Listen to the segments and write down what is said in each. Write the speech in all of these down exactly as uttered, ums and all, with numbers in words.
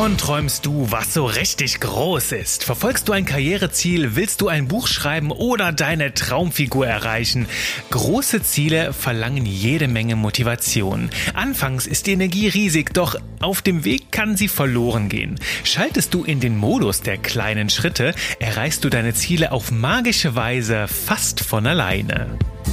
Wovon träumst du, was so richtig groß ist? Verfolgst du ein Karriereziel? Willst du ein Buch schreiben oder deine Traumfigur erreichen? Große Ziele verlangen jede Menge Motivation. Anfangs ist die Energie riesig, doch auf dem Weg kann sie verloren gehen. Schaltest du in den Modus der kleinen Schritte, erreichst du deine Ziele auf magische Weise fast von alleine.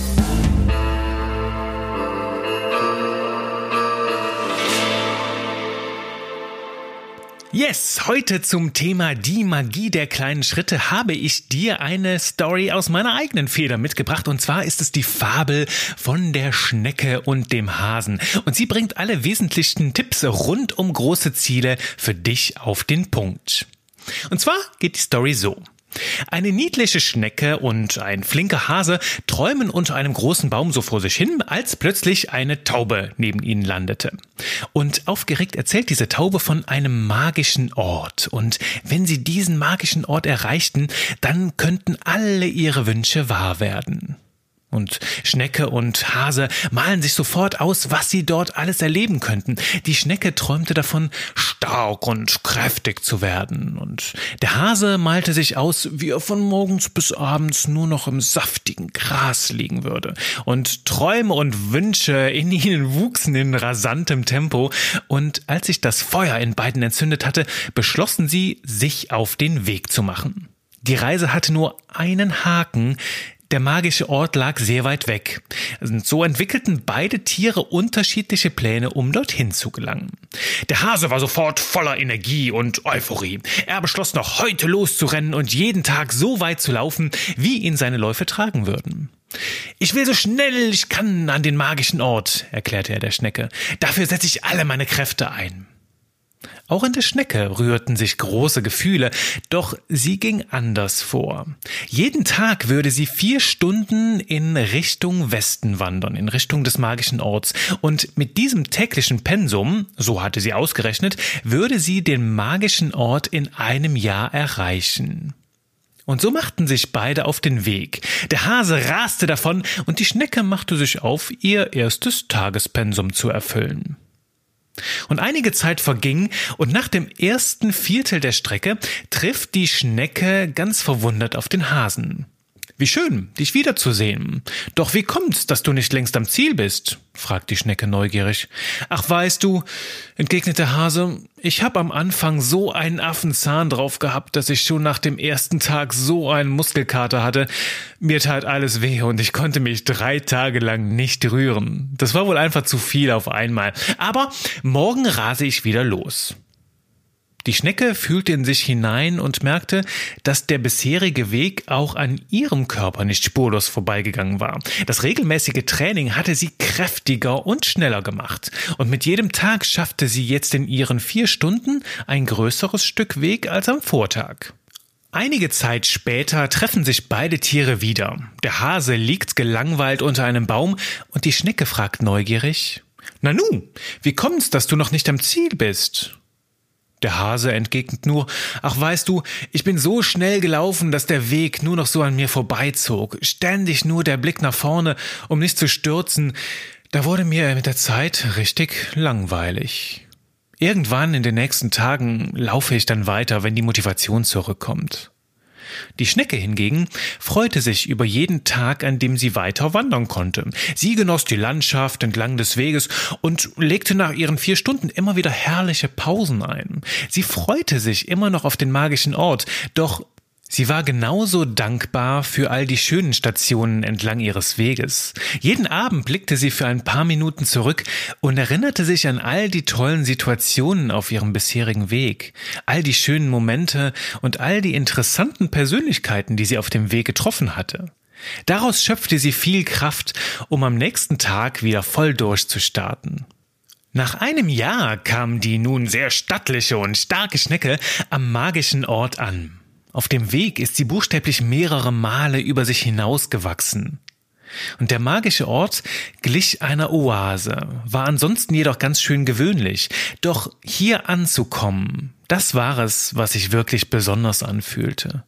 Yes, heute zum Thema die Magie der kleinen Schritte habe ich dir eine Story aus meiner eigenen Feder mitgebracht. Und zwar ist es die Fabel von der Schnecke und dem Hasen. Und sie bringt alle wesentlichen Tipps rund um große Ziele für dich auf den Punkt. Und zwar geht die Story so. Eine niedliche Schnecke und ein flinker Hase träumen unter einem großen Baum so vor sich hin, als plötzlich eine Taube neben ihnen landete. Und aufgeregt erzählt diese Taube von einem magischen Ort. Und wenn sie diesen magischen Ort erreichten, dann könnten alle ihre Wünsche wahr werden. Und Schnecke und Hase malen sich sofort aus, was sie dort alles erleben könnten. Die Schnecke träumte davon, stark und kräftig zu werden. Und der Hase malte sich aus, wie er von morgens bis abends nur noch im saftigen Gras liegen würde. Und Träume und Wünsche in ihnen wuchsen in rasantem Tempo. Und als sich das Feuer in beiden entzündet hatte, beschlossen sie, sich auf den Weg zu machen. Die Reise hatte nur einen Haken. Der magische Ort lag sehr weit weg. Und so entwickelten beide Tiere unterschiedliche Pläne, um dorthin zu gelangen. Der Hase war sofort voller Energie und Euphorie. Er beschloss noch heute loszurennen und jeden Tag so weit zu laufen, wie ihn seine Läufe tragen würden. Ich will so schnell ich kann an den magischen Ort, erklärte er der Schnecke. Dafür setze ich alle meine Kräfte ein. Auch in der Schnecke rührten sich große Gefühle, doch sie ging anders vor. Jeden Tag würde sie vier Stunden in Richtung Westen wandern, in Richtung des magischen Orts. Und mit diesem täglichen Pensum, so hatte sie ausgerechnet, würde sie den magischen Ort in einem Jahr erreichen. Und so machten sich beide auf den Weg. Der Hase raste davon und die Schnecke machte sich auf, ihr erstes Tagespensum zu erfüllen. Und einige Zeit verging und nach dem ersten Viertel der Strecke trifft die Schnecke ganz verwundert auf den Hasen. »Wie schön, dich wiederzusehen. Doch wie kommt's, dass du nicht längst am Ziel bist?« fragt die Schnecke neugierig. »Ach, weißt du«, entgegnet der Hase, »ich hab am Anfang so einen Affenzahn drauf gehabt, dass ich schon nach dem ersten Tag so einen Muskelkater hatte. Mir tat alles weh und ich konnte mich drei Tage lang nicht rühren. Das war wohl einfach zu viel auf einmal. Aber morgen rase ich wieder los.« Die Schnecke fühlte in sich hinein und merkte, dass der bisherige Weg auch an ihrem Körper nicht spurlos vorbeigegangen war. Das regelmäßige Training hatte sie kräftiger und schneller gemacht. Und mit jedem Tag schaffte sie jetzt in ihren vier Stunden ein größeres Stück Weg als am Vortag. Einige Zeit später treffen sich beide Tiere wieder. Der Hase liegt gelangweilt unter einem Baum und die Schnecke fragt neugierig, »Nanu, wie kommt's, dass du noch nicht am Ziel bist?« Der Hase entgegnet nur, »Ach, weißt du, ich bin so schnell gelaufen, dass der Weg nur noch so an mir vorbeizog. Ständig nur der Blick nach vorne, um nicht zu stürzen. Da wurde mir mit der Zeit richtig langweilig. Irgendwann in den nächsten Tagen laufe ich dann weiter, wenn die Motivation zurückkommt.« Die Schnecke hingegen freute sich über jeden Tag, an dem sie weiter wandern konnte. Sie genoss die Landschaft entlang des Weges und legte nach ihren vier Stunden immer wieder herrliche Pausen ein. Sie freute sich immer noch auf den magischen Ort, doch sie war genauso dankbar für all die schönen Stationen entlang ihres Weges. Jeden Abend blickte sie für ein paar Minuten zurück und erinnerte sich an all die tollen Situationen auf ihrem bisherigen Weg, all die schönen Momente und all die interessanten Persönlichkeiten, die sie auf dem Weg getroffen hatte. Daraus schöpfte sie viel Kraft, um am nächsten Tag wieder voll durchzustarten. Nach einem Jahr kam die nun sehr stattliche und starke Schnecke am magischen Ort an. Auf dem Weg ist sie buchstäblich mehrere Male über sich hinausgewachsen. Und der magische Ort glich einer Oase, war ansonsten jedoch ganz schön gewöhnlich. Doch hier anzukommen, das war es, was sich wirklich besonders anfühlte.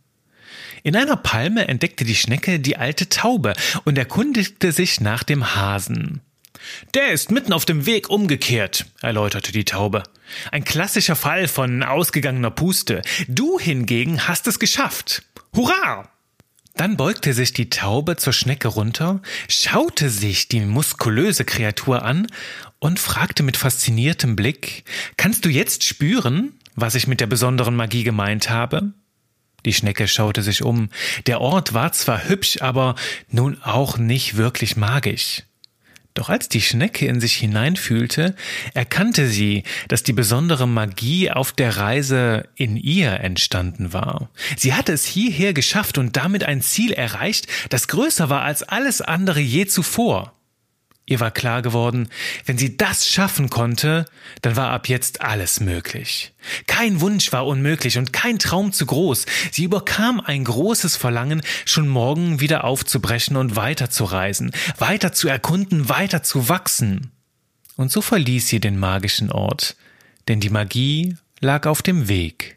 In einer Palme entdeckte die Schnecke die alte Taube und erkundigte sich nach dem Hasen. Der ist mitten auf dem Weg umgekehrt, erläuterte die Taube. Ein klassischer Fall von ausgegangener Puste. Du hingegen hast es geschafft. Hurra! Dann beugte sich die Taube zur Schnecke runter, schaute sich die muskulöse Kreatur an und fragte mit fasziniertem Blick: Kannst du jetzt spüren, was ich mit der besonderen Magie gemeint habe? Die Schnecke schaute sich um. Der Ort war zwar hübsch, aber nun auch nicht wirklich magisch. Doch als die Schnecke in sich hineinfühlte, erkannte sie, dass die besondere Magie auf der Reise in ihr entstanden war. Sie hatte es hierher geschafft und damit ein Ziel erreicht, das größer war als alles andere je zuvor. Ihr war klar geworden, wenn sie das schaffen konnte, dann war ab jetzt alles möglich. Kein Wunsch war unmöglich und kein Traum zu groß. Sie überkam ein großes Verlangen, schon morgen wieder aufzubrechen und weiterzureisen, weiter zu erkunden, weiter zu wachsen. Und so verließ sie den magischen Ort, denn die Magie lag auf dem Weg.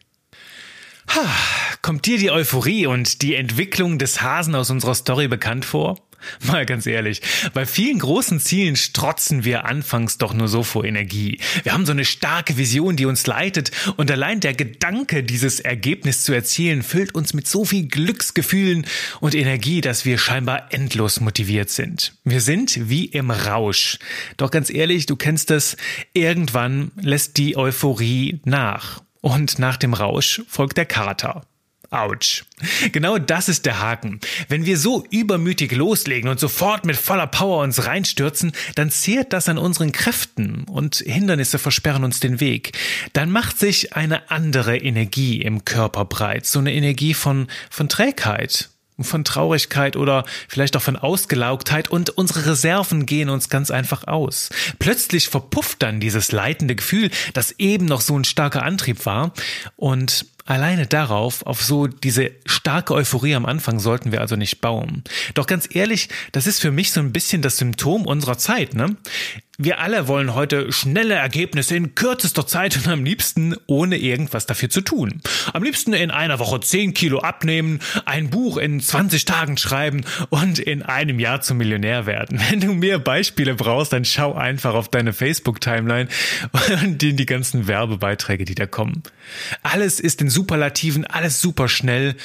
Ha, kommt dir die Euphorie und die Entwicklung des Hasen aus unserer Story bekannt vor? Mal ganz ehrlich, bei vielen großen Zielen strotzen wir anfangs doch nur so vor Energie. Wir haben so eine starke Vision, die uns leitet, und allein der Gedanke, dieses Ergebnis zu erzielen, füllt uns mit so viel Glücksgefühlen und Energie, dass wir scheinbar endlos motiviert sind. Wir sind wie im Rausch. Doch ganz ehrlich, du kennst es, irgendwann lässt die Euphorie nach. Und nach dem Rausch folgt der Kater. Autsch. Genau das ist der Haken. Wenn wir so übermütig loslegen und sofort mit voller Power uns reinstürzen, dann zehrt das an unseren Kräften und Hindernisse versperren uns den Weg. Dann macht sich eine andere Energie im Körper breit, so eine Energie von, von Trägheit, von Traurigkeit oder vielleicht auch von Ausgelaugtheit, und unsere Reserven gehen uns ganz einfach aus. Plötzlich verpufft dann dieses leitende Gefühl, das eben noch so ein starker Antrieb war, und alleine darauf, auf so diese starke Euphorie am Anfang, sollten wir also nicht bauen. Doch ganz ehrlich, das ist für mich so ein bisschen das Symptom unserer Zeit, ne? Wir alle wollen heute schnelle Ergebnisse in kürzester Zeit und am liebsten ohne irgendwas dafür zu tun. Am liebsten in einer Woche zehn Kilo abnehmen, ein Buch in zwanzig Tagen schreiben und in einem Jahr zum Millionär werden. Wenn du mehr Beispiele brauchst, dann schau einfach auf deine Facebook-Timeline und in die ganzen Werbebeiträge, die da kommen. Alles ist in Superlativen, alles super schnell.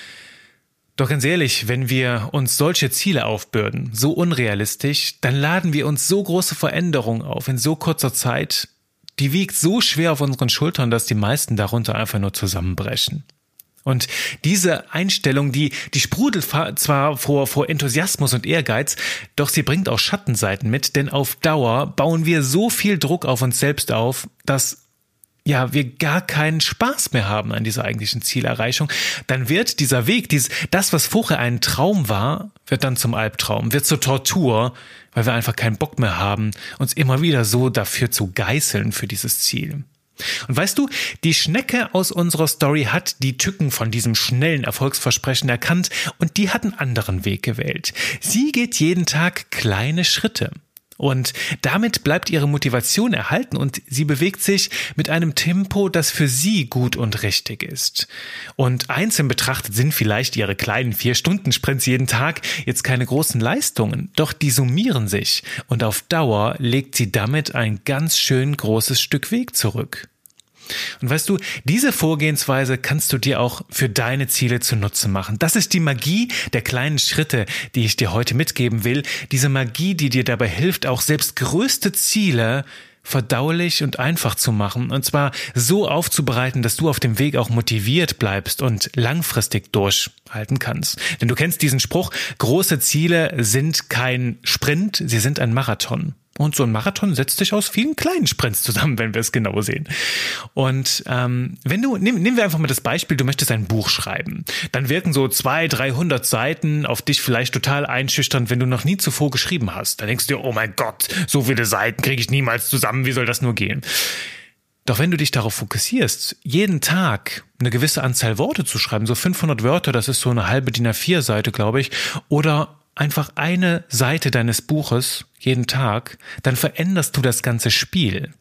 Doch ganz ehrlich, wenn wir uns solche Ziele aufbürden, so unrealistisch, dann laden wir uns so große Veränderungen auf in so kurzer Zeit, die wiegt so schwer auf unseren Schultern, dass die meisten darunter einfach nur zusammenbrechen. Und diese Einstellung, die, die sprudelt zwar vor, vor Enthusiasmus und Ehrgeiz, doch sie bringt auch Schattenseiten mit, denn auf Dauer bauen wir so viel Druck auf uns selbst auf, dass ja, wir gar keinen Spaß mehr haben an dieser eigentlichen Zielerreichung. Dann wird dieser Weg, dieses, das, was vorher ein Traum war, wird dann zum Albtraum, wird zur Tortur, weil wir einfach keinen Bock mehr haben, uns immer wieder so dafür zu geißeln für dieses Ziel. Und weißt du, die Schnecke aus unserer Story hat die Tücken von diesem schnellen Erfolgsversprechen erkannt und die hat einen anderen Weg gewählt. Sie geht jeden Tag kleine Schritte. Und damit bleibt ihre Motivation erhalten und sie bewegt sich mit einem Tempo, das für sie gut und richtig ist. Und einzeln betrachtet sind vielleicht ihre kleinen vier-Stunden-Sprints jeden Tag jetzt keine großen Leistungen, doch die summieren sich und auf Dauer legt sie damit ein ganz schön großes Stück Weg zurück. Und weißt du, diese Vorgehensweise kannst du dir auch für deine Ziele zunutze machen. Das ist die Magie der kleinen Schritte, die ich dir heute mitgeben will. Diese Magie, die dir dabei hilft, auch selbst größte Ziele verdaulich und einfach zu machen. Und zwar so aufzubereiten, dass du auf dem Weg auch motiviert bleibst und langfristig durchhalten kannst. Denn du kennst diesen Spruch, große Ziele sind kein Sprint, sie sind ein Marathon. Und so ein Marathon setzt sich aus vielen kleinen Sprints zusammen, wenn wir es genau sehen. Und ähm, wenn du, nehm, nehmen wir einfach mal das Beispiel, du möchtest ein Buch schreiben. Dann wirken so zweihundert, dreihundert Seiten auf dich vielleicht total einschüchternd, wenn du noch nie zuvor geschrieben hast. Dann denkst du dir, oh mein Gott, so viele Seiten kriege ich niemals zusammen, wie soll das nur gehen? Doch wenn du dich darauf fokussierst, jeden Tag eine gewisse Anzahl Worte zu schreiben, so fünfhundert Wörter, das ist so eine halbe D I N A vier Seite, glaube ich, oder einfach eine Seite deines Buches jeden Tag, dann veränderst du das ganze Spiel.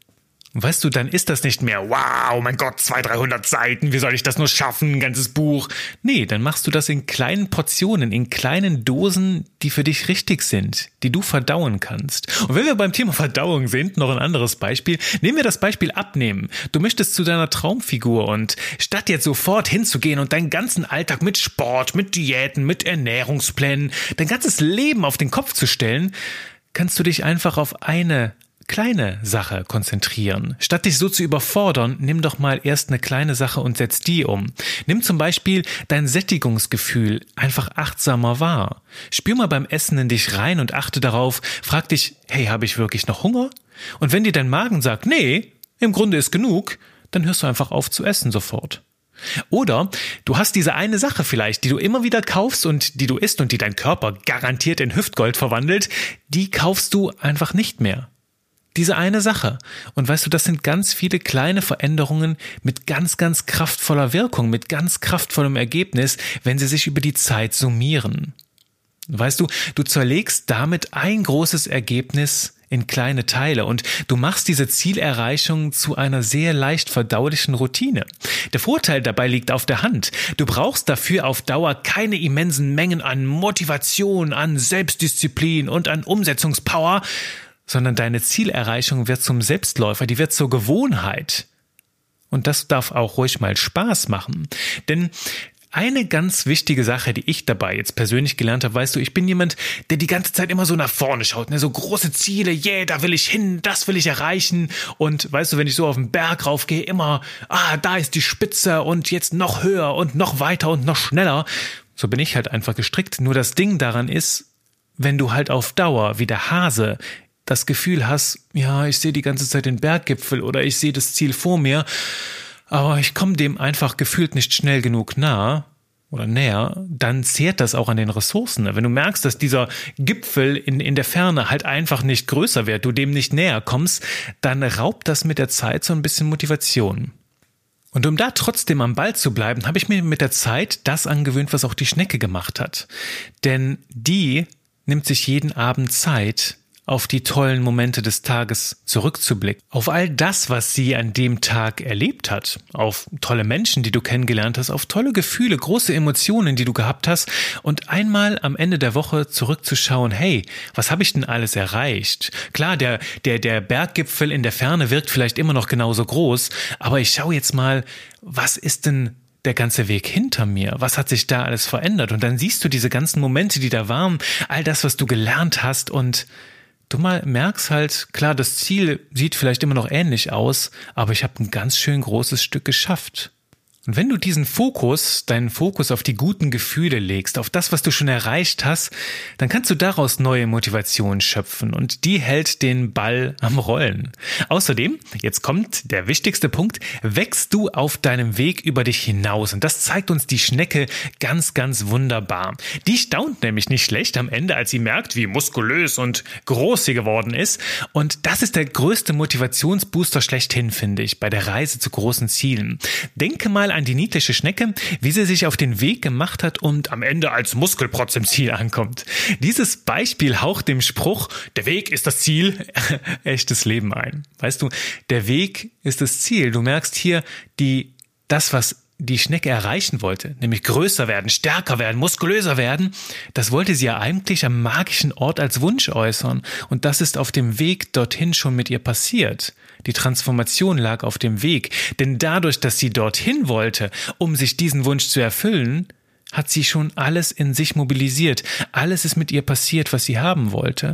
Weißt du, dann ist das nicht mehr, wow, mein Gott, zweihundert, dreihundert Seiten, wie soll ich das nur schaffen, ein ganzes Buch. Nee, dann machst du das in kleinen Portionen, in kleinen Dosen, die für dich richtig sind, die du verdauen kannst. Und wenn wir beim Thema Verdauung sind, noch ein anderes Beispiel, nehmen wir das Beispiel Abnehmen. Du möchtest zu deiner Traumfigur und statt jetzt sofort hinzugehen und deinen ganzen Alltag mit Sport, mit Diäten, mit Ernährungsplänen, dein ganzes Leben auf den Kopf zu stellen, kannst du dich einfach auf eine kleine Sache konzentrieren. Statt dich so zu überfordern, nimm doch mal erst eine kleine Sache und setz die um. Nimm zum Beispiel dein Sättigungsgefühl einfach achtsamer wahr. Spür mal beim Essen in dich rein und achte darauf, frag dich, hey, habe ich wirklich noch Hunger? Und wenn dir dein Magen sagt, nee, im Grunde ist genug, dann hörst du einfach auf zu essen sofort. Oder du hast diese eine Sache vielleicht, die du immer wieder kaufst und die du isst und die dein Körper garantiert in Hüftgold verwandelt, die kaufst du einfach nicht mehr. Diese eine Sache. Und weißt du, das sind ganz viele kleine Veränderungen mit ganz, ganz kraftvoller Wirkung, mit ganz kraftvollem Ergebnis, wenn sie sich über die Zeit summieren. Weißt du, du zerlegst damit ein großes Ergebnis in kleine Teile und du machst diese Zielerreichung zu einer sehr leicht verdaulichen Routine. Der Vorteil dabei liegt auf der Hand. Du brauchst dafür auf Dauer keine immensen Mengen an Motivation, an Selbstdisziplin und an Umsetzungspower, sondern deine Zielerreichung wird zum Selbstläufer, die wird zur Gewohnheit. Und das darf auch ruhig mal Spaß machen. Denn eine ganz wichtige Sache, die ich dabei jetzt persönlich gelernt habe, weißt du, ich bin jemand, der die ganze Zeit immer so nach vorne schaut, ne? So große Ziele, yeah, da will ich hin, das will ich erreichen. Und weißt du, wenn ich so auf den Berg raufgehe, immer, ah, da ist die Spitze und jetzt noch höher und noch weiter und noch schneller. So bin ich halt einfach gestrickt. Nur das Ding daran ist, wenn du halt auf Dauer wie der Hase das Gefühl hast, ja, ich sehe die ganze Zeit den Berggipfel oder ich sehe das Ziel vor mir, aber ich komme dem einfach gefühlt nicht schnell genug nah oder näher, dann zehrt das auch an den Ressourcen. Wenn du merkst, dass dieser Gipfel in, in der Ferne halt einfach nicht größer wird, du dem nicht näher kommst, dann raubt das mit der Zeit so ein bisschen Motivation. Und um da trotzdem am Ball zu bleiben, habe ich mir mit der Zeit das angewöhnt, was auch die Schnecke gemacht hat. Denn die nimmt sich jeden Abend Zeit, auf die tollen Momente des Tages zurückzublicken, auf all das, was sie an dem Tag erlebt hat, auf tolle Menschen, die du kennengelernt hast, auf tolle Gefühle, große Emotionen, die du gehabt hast und einmal am Ende der Woche zurückzuschauen, hey, was habe ich denn alles erreicht? Klar, der, der, der Berggipfel in der Ferne wirkt vielleicht immer noch genauso groß, aber ich schaue jetzt mal, was ist denn der ganze Weg hinter mir? Was hat sich da alles verändert? Und dann siehst du diese ganzen Momente, die da waren, all das, was du gelernt hast und du mal merkst halt, klar, das Ziel sieht vielleicht immer noch ähnlich aus, aber ich habe ein ganz schön großes Stück geschafft. Und wenn du diesen Fokus, deinen Fokus auf die guten Gefühle legst, auf das, was du schon erreicht hast, dann kannst du daraus neue Motivation schöpfen und die hält den Ball am Rollen. Außerdem, jetzt kommt der wichtigste Punkt, wächst du auf deinem Weg über dich hinaus und das zeigt uns die Schnecke ganz, ganz wunderbar. Die staunt nämlich nicht schlecht am Ende, als sie merkt, wie muskulös und groß sie geworden ist und das ist der größte Motivationsbooster schlechthin, finde ich, bei der Reise zu großen Zielen. Denke mal an die niedliche Schnecke, wie sie sich auf den Weg gemacht hat und am Ende als Muskelprotz im Ziel ankommt. Dieses Beispiel haucht dem Spruch, der Weg ist das Ziel, echtes Leben ein. Weißt du, der Weg ist das Ziel. Du merkst hier, die, das, was die Schnecke erreichen wollte, nämlich größer werden, stärker werden, muskulöser werden, das wollte sie ja eigentlich am magischen Ort als Wunsch äußern. Und das ist auf dem Weg dorthin schon mit ihr passiert. Die Transformation lag auf dem Weg, denn dadurch, dass sie dorthin wollte, um sich diesen Wunsch zu erfüllen, hat sie schon alles in sich mobilisiert. Alles ist mit ihr passiert, was sie haben wollte.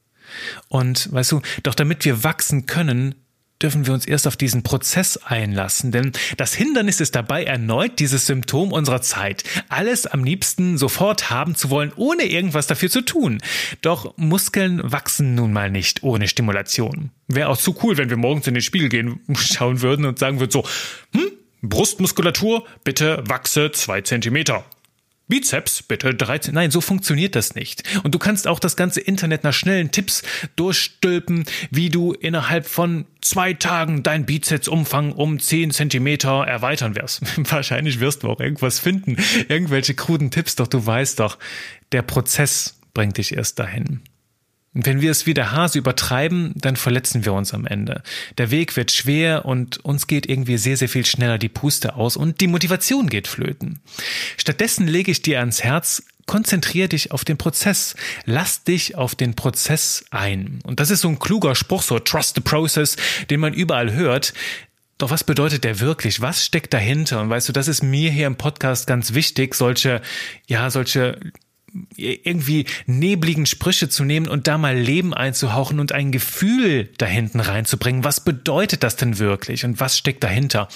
Und weißt du, doch damit wir wachsen können, dürfen wir uns erst auf diesen Prozess einlassen, denn das Hindernis ist dabei erneut dieses Symptom unserer Zeit, alles am liebsten sofort haben zu wollen, ohne irgendwas dafür zu tun. Doch Muskeln wachsen nun mal nicht ohne Stimulation. Wäre auch zu cool, wenn wir morgens in den Spiegel gehen, schauen würden und sagen würden so, hm, Brustmuskulatur, bitte wachse zwei Zentimeter. Bizeps, bitte dreizehn. Nein, so funktioniert das nicht. Und du kannst auch das ganze Internet nach schnellen Tipps durchstülpen, wie du innerhalb von zwei Tagen deinen Bizepsumfang um zehn Zentimeter erweitern wirst. Wahrscheinlich wirst du auch irgendwas finden, irgendwelche kruden Tipps, doch du weißt doch, der Prozess bringt dich erst dahin. Und wenn wir es wie der Hase übertreiben, dann verletzen wir uns am Ende. Der Weg wird schwer und uns geht irgendwie sehr, sehr viel schneller die Puste aus und die Motivation geht flöten. Stattdessen lege ich dir ans Herz, konzentriere dich auf den Prozess. Lass dich auf den Prozess ein. Und das ist so ein kluger Spruch, so trust the process, den man überall hört. Doch was bedeutet der wirklich? Was steckt dahinter? Und weißt du, das ist mir hier im Podcast ganz wichtig, solche, ja, solche irgendwie nebligen Sprüche zu nehmen und da mal Leben einzuhauchen und ein Gefühl da hinten reinzubringen. Was bedeutet das denn wirklich und was steckt dahinter?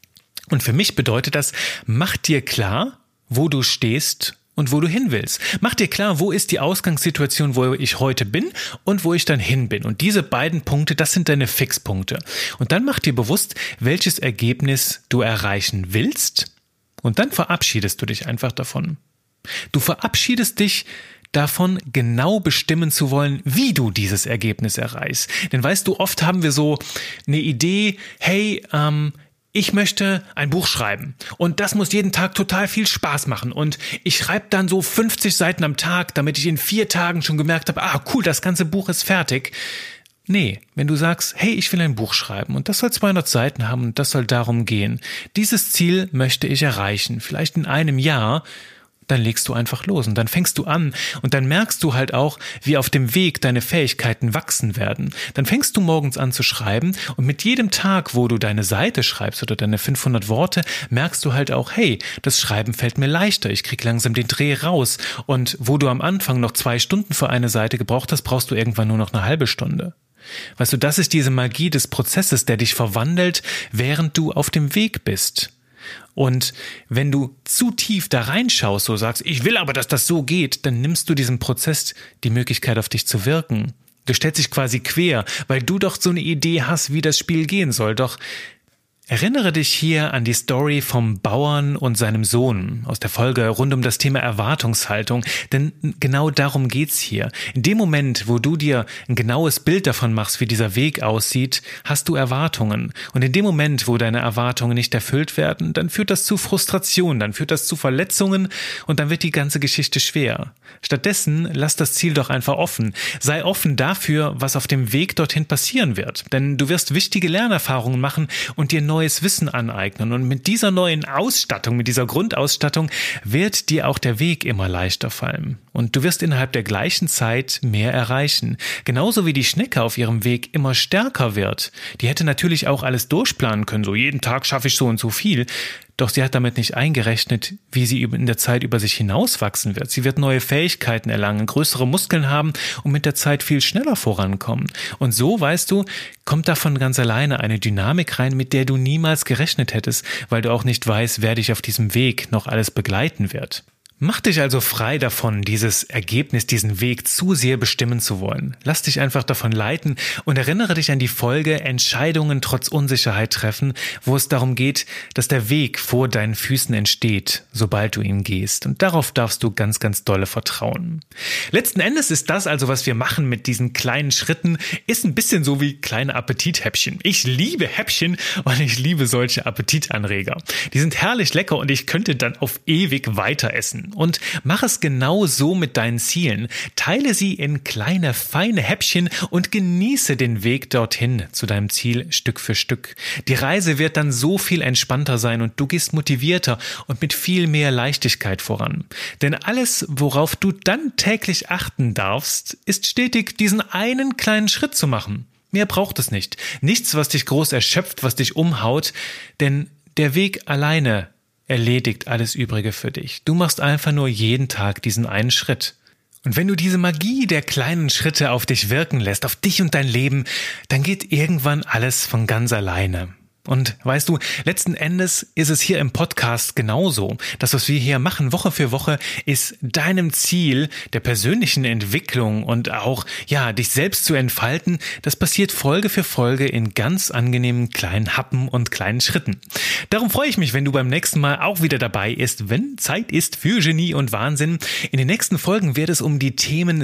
Und für mich bedeutet das, mach dir klar, wo du stehst und wo du hin willst. Mach dir klar, wo ist die Ausgangssituation, wo ich heute bin und wo ich dann hin bin. Und diese beiden Punkte, das sind deine Fixpunkte. Und dann mach dir bewusst, welches Ergebnis du erreichen willst und dann verabschiedest du dich einfach davon. Du verabschiedest dich davon, genau bestimmen zu wollen, wie du dieses Ergebnis erreichst. Denn weißt du, oft haben wir so eine Idee, hey, ähm, ich möchte ein Buch schreiben und das muss jeden Tag total viel Spaß machen und ich schreibe dann so fünfzig Seiten am Tag, damit ich in vier Tagen schon gemerkt habe, ah cool, das ganze Buch ist fertig. Nee, wenn du sagst, hey, ich will ein Buch schreiben und das soll zweihundert Seiten haben und das soll darum gehen, dieses Ziel möchte ich erreichen, vielleicht in einem Jahr, dann legst du einfach los und dann fängst du an und dann merkst du halt auch, wie auf dem Weg deine Fähigkeiten wachsen werden. Dann fängst du morgens an zu schreiben und mit jedem Tag, wo du deine Seite schreibst oder deine fünfhundert Worte, merkst du halt auch, hey, das Schreiben fällt mir leichter, ich krieg langsam den Dreh raus und wo du am Anfang noch zwei Stunden für eine Seite gebraucht hast, brauchst du irgendwann nur noch eine halbe Stunde. Weißt du, das ist diese Magie des Prozesses, der dich verwandelt, während du auf dem Weg bist. Und wenn du zu tief da reinschaust, so sagst, ich will aber, dass das so geht, dann nimmst du diesem Prozess die Möglichkeit, auf dich zu wirken. Du stellst dich quasi quer, weil du doch so eine Idee hast, wie das Spiel gehen soll. Doch erinnere dich hier an die Story vom Bauern und seinem Sohn aus der Folge rund um das Thema Erwartungshaltung, denn genau darum geht's hier. In dem Moment, wo du dir ein genaues Bild davon machst, wie dieser Weg aussieht, hast du Erwartungen. Und in dem Moment, wo deine Erwartungen nicht erfüllt werden, dann führt das zu Frustration, dann führt das zu Verletzungen und dann wird die ganze Geschichte schwer. Stattdessen lass das Ziel doch einfach offen. Sei offen dafür, was auf dem Weg dorthin passieren wird. Denn du wirst wichtige Lernerfahrungen machen und dir neue neues Wissen aneignen und mit dieser neuen Ausstattung, mit dieser Grundausstattung wird dir auch der Weg immer leichter fallen und du wirst innerhalb der gleichen Zeit mehr erreichen. Genauso wie die Schnecke auf ihrem Weg immer stärker wird. Die hätte natürlich auch alles durchplanen können, so jeden Tag schaffe ich so und so viel. Doch sie hat damit nicht eingerechnet, wie sie in der Zeit über sich hinauswachsen wird. Sie wird neue Fähigkeiten erlangen, größere Muskeln haben und mit der Zeit viel schneller vorankommen. Und so, weißt du, kommt davon ganz alleine eine Dynamik rein, mit der du niemals gerechnet hättest, weil du auch nicht weißt, wer dich auf diesem Weg noch alles begleiten wird. Mach dich also frei davon, dieses Ergebnis, diesen Weg zu sehr bestimmen zu wollen. Lass dich einfach davon leiten und erinnere dich an die Folge Entscheidungen trotz Unsicherheit treffen, wo es darum geht, dass der Weg vor deinen Füßen entsteht, sobald du ihn gehst. Und darauf darfst du ganz, ganz dolle vertrauen. Letzten Endes ist das also, was wir machen mit diesen kleinen Schritten, ist ein bisschen so wie kleine Appetithäppchen. Ich liebe Häppchen und ich liebe solche Appetitanreger. Die sind herrlich lecker und ich könnte dann auf ewig weiter essen. Und mach es genau so mit deinen Zielen. Teile sie in kleine, feine Häppchen und genieße den Weg dorthin zu deinem Ziel Stück für Stück. Die Reise wird dann so viel entspannter sein und du gehst motivierter und mit viel mehr Leichtigkeit voran. Denn alles, worauf du dann täglich achten darfst, ist stetig diesen einen kleinen Schritt zu machen. Mehr braucht es nicht. Nichts, was dich groß erschöpft, was dich umhaut, denn der Weg alleine erledigt alles Übrige für dich. Du machst einfach nur jeden Tag diesen einen Schritt. Und wenn du diese Magie der kleinen Schritte auf dich wirken lässt, auf dich und dein Leben, dann geht irgendwann alles von ganz alleine. Und weißt du, letzten Endes ist es hier im Podcast genauso. Das, was wir hier machen, Woche für Woche, ist deinem Ziel der persönlichen Entwicklung und auch, ja, dich selbst zu entfalten. Das passiert Folge für Folge in ganz angenehmen kleinen Happen und kleinen Schritten. Darum freue ich mich, wenn du beim nächsten Mal auch wieder dabei bist, wenn Zeit ist für Genie und Wahnsinn. In den nächsten Folgen wird es um die Themen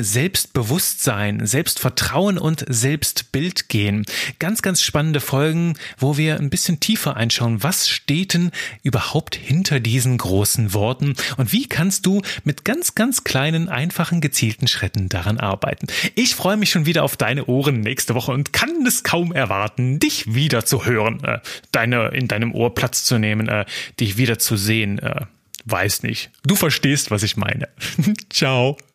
Selbstbewusstsein, Selbstvertrauen und Selbstbild gehen. Ganz, ganz spannende Folgen, wo wir ein bisschen tiefer einschauen, was steht denn überhaupt hinter diesen großen Worten und wie kannst du mit ganz, ganz kleinen, einfachen, gezielten Schritten daran arbeiten. Ich freue mich schon wieder auf deine Ohren nächste Woche und kann es kaum erwarten, dich wieder zu hören, äh, deine, in deinem Ohr Platz zu nehmen, äh, dich wieder zu sehen. Äh, weiß nicht. Du verstehst, was ich meine. Ciao.